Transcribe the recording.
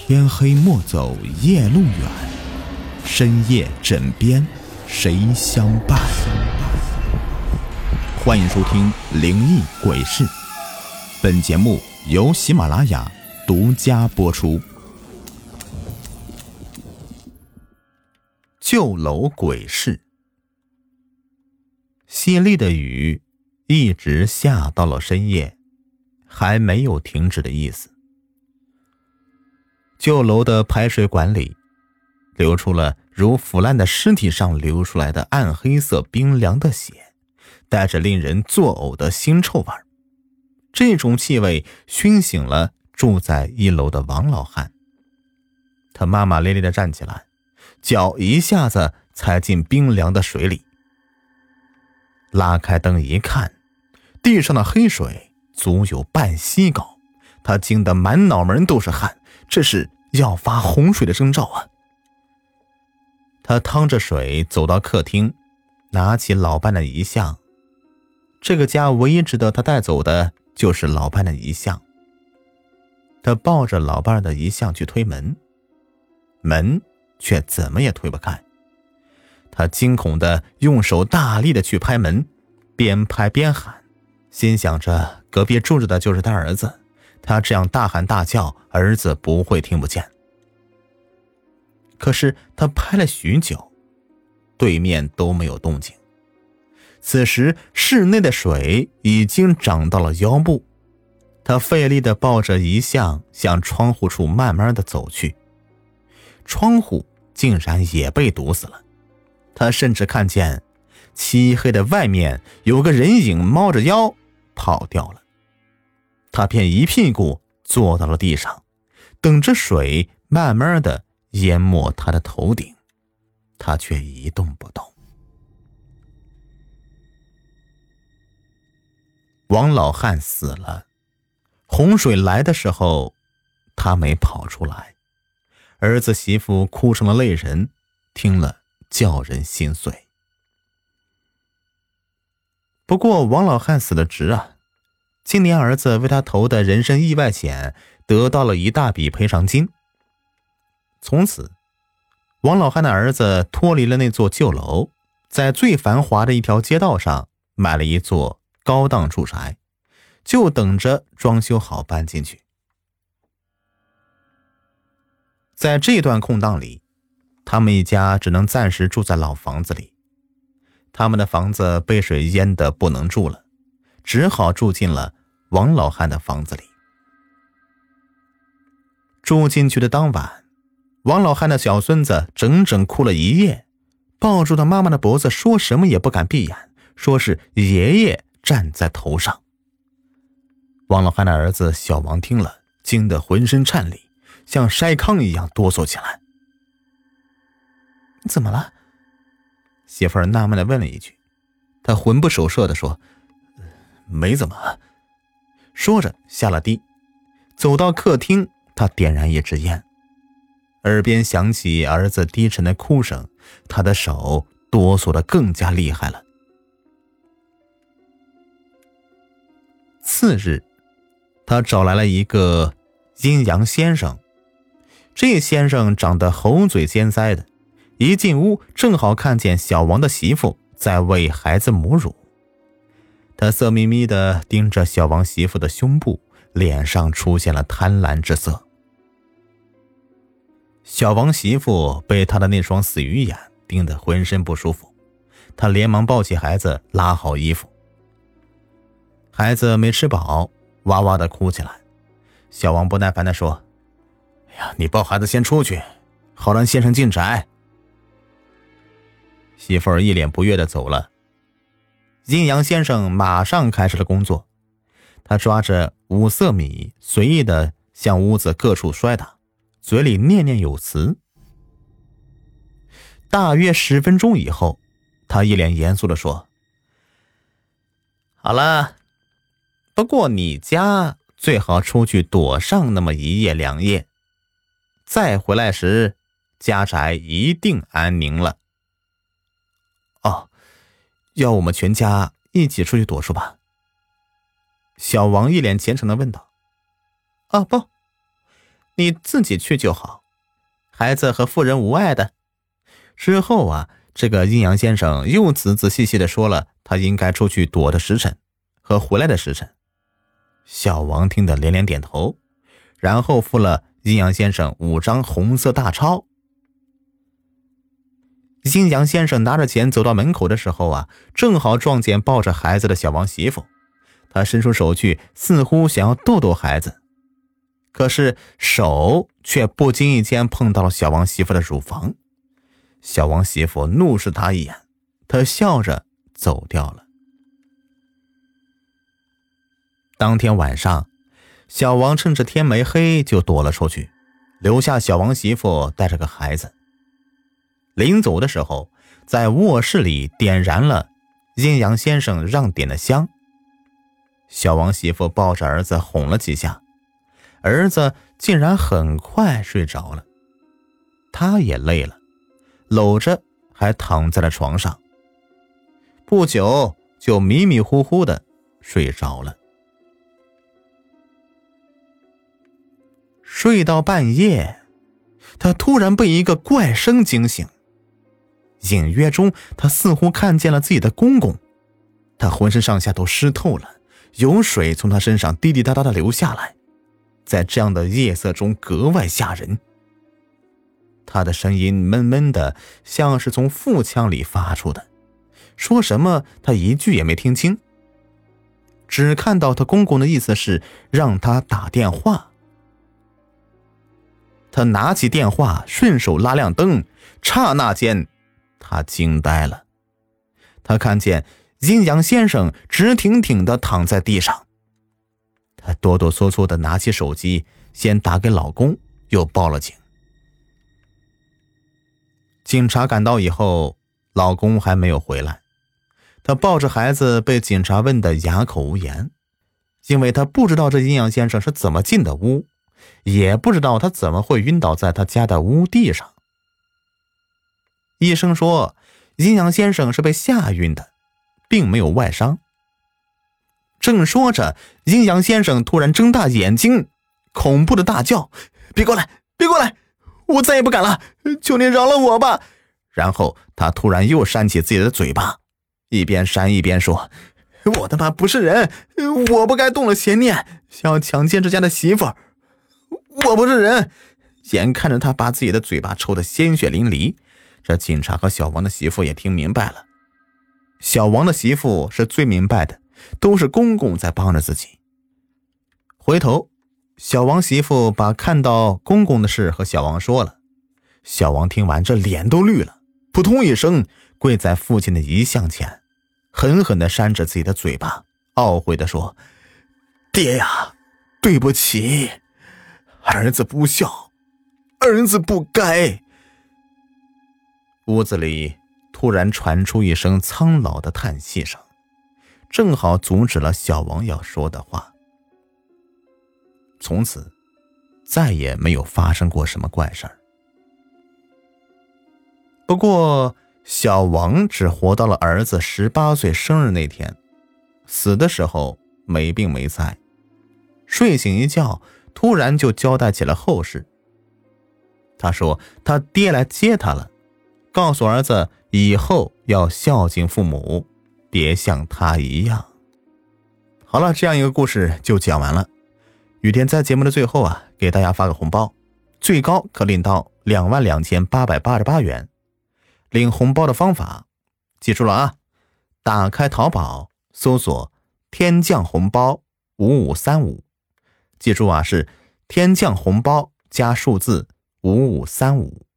天黑莫走夜路远，深夜枕边谁相伴？欢迎收听灵异鬼事，本节目由喜马拉雅独家播出。旧楼鬼事。淅沥的雨一直下到了深夜，还没有停止的意思。旧楼的排水管里流出了如腐烂的尸体上流出来的暗黑色冰凉的血，带着令人作呕的腥臭味。这种气味熏醒了住在一楼的王老汉，他骂骂咧咧地站起来，脚一下子踩进冰凉的水里。拉开灯一看，地上的黑水足有半膝高，他惊得满脑门都是汗，这是要发洪水的征兆啊！他趟着水走到客厅，拿起老伴的遗像。这个家唯一值得他带走的就是老伴的遗像。他抱着老伴的遗像去推门，门却怎么也推不开。他惊恐地用手大力地去拍门，边拍边喊，心想着隔壁住着的就是他儿子，他这样大喊大叫，儿子不会听不见。可是他拍了许久，对面都没有动静。此时室内的水已经涨到了腰部，他费力地抱着遗像向窗户处慢慢地走去，窗户竟然也被堵死了。他甚至看见漆黑的外面有个人影猫着腰跑掉了。他便一屁股坐到了地上，等着水慢慢的淹没他的头顶，他却一动不动。王老汉死了，洪水来的时候他没跑出来，儿子媳妇哭成了泪人，听了叫人心碎。不过王老汉死得值啊，今年儿子为他投的人身意外险得到了一大笔赔偿金。从此王老汉的儿子脱离了那座旧楼，在最繁华的一条街道上买了一座高档住宅，就等着装修好搬进去。在这段空档里，他们一家只能暂时住在老房子里。他们的房子被水淹得不能住了，只好住进了王老汉的房子里。住进去的当晚，王老汉的小孙子整整哭了一夜，抱住他妈妈的脖子，说什么也不敢闭眼，说是爷爷站在头上。王老汉的儿子小王听了，惊得浑身颤栗，像筛糠一样哆嗦起来。怎么了？媳妇儿纳闷地问了一句。他魂不守舍地说，没怎么。说着下了地，走到客厅，他点燃一支烟，耳边响起儿子低沉的哭声，他的手哆嗦得更加厉害了。次日，他找来了一个阴阳先生。这先生长得猴嘴尖腮的，一进屋正好看见小王的媳妇在喂孩子母乳。他色眯眯地盯着小王媳妇的胸部，脸上出现了贪婪之色。小王媳妇被他的那双死鱼眼盯得浑身不舒服，他连忙抱起孩子，拉好衣服。孩子没吃饱，哇哇地哭起来。小王不耐烦地说，哎呀，你抱孩子先出去，好让先生进宅。媳妇儿一脸不悦地走了。阴阳先生马上开始了工作，他抓着五色米随意地向屋子各处摔打，嘴里念念有词。大约10分钟以后，他一脸严肃地说，好了，不过你家最好出去躲上那么1夜2夜，再回来时家宅一定安宁了。哦，要我们全家一起出去躲是吧？小王一脸虔诚地问道。不， 你自己去就好，孩子和妇人无碍的。之后啊，这个阴阳先生又仔仔细细地说了他应该出去躲的时辰和回来的时辰。小王听得连连点头，然后付了阴阳先生5张红色大钞。阴阳先生拿着钱走到门口的时候啊，正好撞见抱着孩子的小王媳妇。他伸出手去，似乎想要逗逗孩子，可是手却不经意间碰到了小王媳妇的乳房。小王媳妇怒视他一眼，他笑着走掉了。当天晚上，小王趁着天没黑就躲了出去，留下小王媳妇带着个孩子。临走的时候，在卧室里点燃了阴阳先生让点的香。小王媳妇抱着儿子哄了几下，儿子竟然很快睡着了。他也累了，搂着还躺在了床上，不久就迷迷糊糊的睡着了。睡到半夜，他突然被一个怪声惊醒。隐约中，他似乎看见了自己的公公，他浑身上下都湿透了，有水从他身上滴滴答答的流下来，在这样的夜色中格外吓人。他的声音闷闷的，像是从腹腔里发出的，说什么他一句也没听清，只看到他公公的意思是让他打电话。他拿起电话，顺手拉亮灯，刹那间他惊呆了。他看见阴阳先生直挺挺地躺在地上，他哆哆嗦嗦地拿起手机，先打给老公，又报了警。警察赶到以后，老公还没有回来，他抱着孩子被警察问得哑口无言，因为他不知道这阴阳先生是怎么进的屋，也不知道他怎么会晕倒在他家的屋地上。医生说阴阳先生是被吓晕的，并没有外伤。正说着，阴阳先生突然睁大眼睛，恐怖的大叫：别过来，别过来，我再也不敢了，求你饶了我吧。然后他突然又扇起自己的嘴巴，一边扇一边说：我他妈不是人，我不该动了邪念，想要强奸这家的媳妇，我不是人。眼看着他把自己的嘴巴抽得鲜血淋漓，这警察和小王的媳妇也听明白了。小王的媳妇是最明白的，都是公公在帮着自己。回头，小王媳妇把看到公公的事和小王说了。小王听完，这脸都绿了，扑通一声跪在父亲的遗像前，狠狠地扇着自己的嘴巴，懊悔地说：爹呀，对不起，儿子不孝，儿子不该。屋子里突然传出一声苍老的叹息声，正好阻止了小王要说的话。从此再也没有发生过什么怪事儿。不过小王只活到了儿子18岁生日那天，死的时候没病没灾，睡醒一觉突然就交代起了后事。他说他爹来接他了，告诉儿子以后要孝敬父母，别像他一样。好了，这样一个故事就讲完了。雨天在节目的最后啊，给大家发个红包，最高可领到22888元。领红包的方法记住了啊，打开淘宝搜索天降红包5535，记住啊，是天降红包加数字5535。